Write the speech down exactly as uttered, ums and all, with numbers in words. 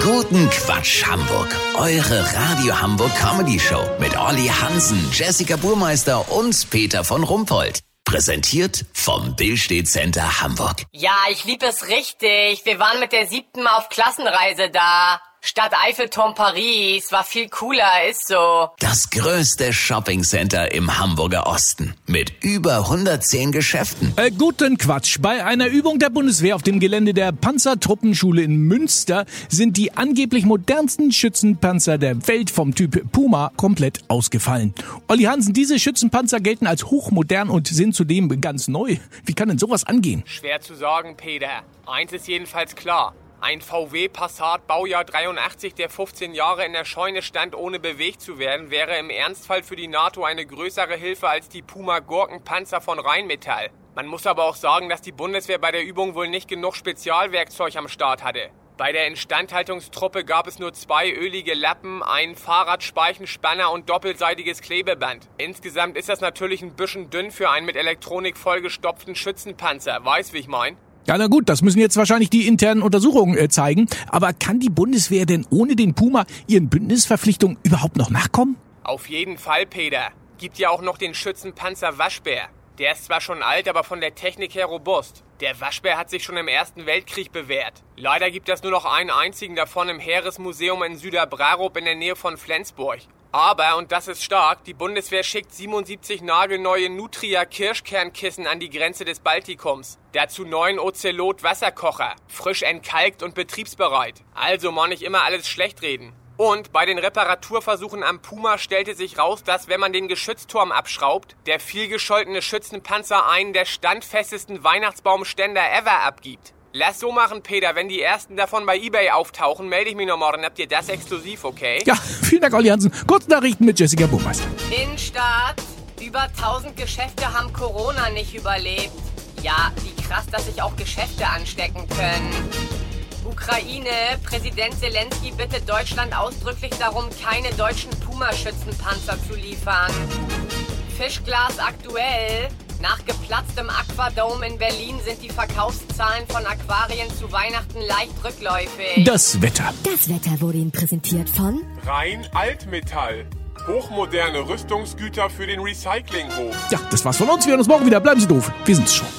Guten Quatsch Hamburg, eure Radio Hamburg Comedy Show mit Olli Hansen, Jessica Burmeister und Peter von Rumpold. Präsentiert vom Billstedt Center Hamburg. Ja, ich lieb es richtig. Wir waren mit der siebten Mal auf Klassenreise da. Stadt Eiffelturm Paris, war viel cooler, ist so. Das größte Shoppingcenter im Hamburger Osten mit über hundertzehn Geschäften. Äh, guten Quatsch. Bei einer Übung der Bundeswehr auf dem Gelände der Panzertruppenschule in Münster sind die angeblich modernsten Schützenpanzer der Welt vom Typ Puma komplett ausgefallen. Olli Hansen, diese Schützenpanzer gelten als hochmodern und sind zudem ganz neu. Wie kann denn sowas angehen? Schwer zu sagen, Peter. Eins ist jedenfalls klar. Ein V W Passat Baujahr dreiundachtzig, der fünfzehn Jahre in der Scheune stand, ohne bewegt zu werden, wäre im Ernstfall für die NATO eine größere Hilfe als die Puma-Gurkenpanzer von Rheinmetall. Man muss aber auch sagen, dass die Bundeswehr bei der Übung wohl nicht genug Spezialwerkzeug am Start hatte. Bei der Instandhaltungstruppe gab es nur zwei ölige Lappen, einen Fahrradspeichensspanner und doppelseitiges Klebeband. Insgesamt ist das natürlich ein bisschen dünn für einen mit Elektronik vollgestopften Schützenpanzer. Weißt, wie ich mein? Ja, na gut, das müssen jetzt wahrscheinlich die internen Untersuchungen äh, zeigen. Aber kann die Bundeswehr denn ohne den Puma ihren Bündnisverpflichtungen überhaupt noch nachkommen? Auf jeden Fall, Peter. Gibt ja auch noch den Schützenpanzer Waschbär. Der ist zwar schon alt, aber von der Technik her robust. Der Waschbär hat sich schon im Ersten Weltkrieg bewährt. Leider gibt es nur noch einen einzigen davon im Heeresmuseum in Süderbrarup in der Nähe von Flensburg. Aber, und das ist stark, die Bundeswehr schickt siebenundsiebzig nagelneue Nutria-Kirschkernkissen an die Grenze des Baltikums. Dazu neun Ozelot-Wasserkocher, frisch entkalkt und betriebsbereit. Also mal nicht immer alles schlecht reden. Und bei den Reparaturversuchen am Puma stellte sich raus, dass, wenn man den Geschützturm abschraubt, der vielgescholtene Schützenpanzer einen der standfestesten Weihnachtsbaumständer ever abgibt. Lass so machen, Peter. Wenn die ersten davon bei eBay auftauchen, melde ich mich noch morgen. Habt ihr das exklusiv, okay? Ja, vielen Dank, Olli Hansen. Kurznachrichten mit Jessica Burmeister. Innenstadt. Über tausend Geschäfte haben Corona nicht überlebt. Ja, wie krass, dass sich auch Geschäfte anstecken können. Ukraine. Präsident Zelensky bittet Deutschland ausdrücklich darum, keine deutschen Puma-Schützenpanzer zu liefern. Fischglas aktuell. Nach geplatztem Aquadome in Berlin sind die Verkaufszahlen von Aquarien zu Weihnachten leicht rückläufig. Das Wetter. Das Wetter wurde Ihnen präsentiert von Rhein Altmetall. Hochmoderne Rüstungsgüter für den Recyclinghof. Ja, das war's von uns. Wir hören uns morgen wieder. Bleiben Sie doof. Wir sind's schon.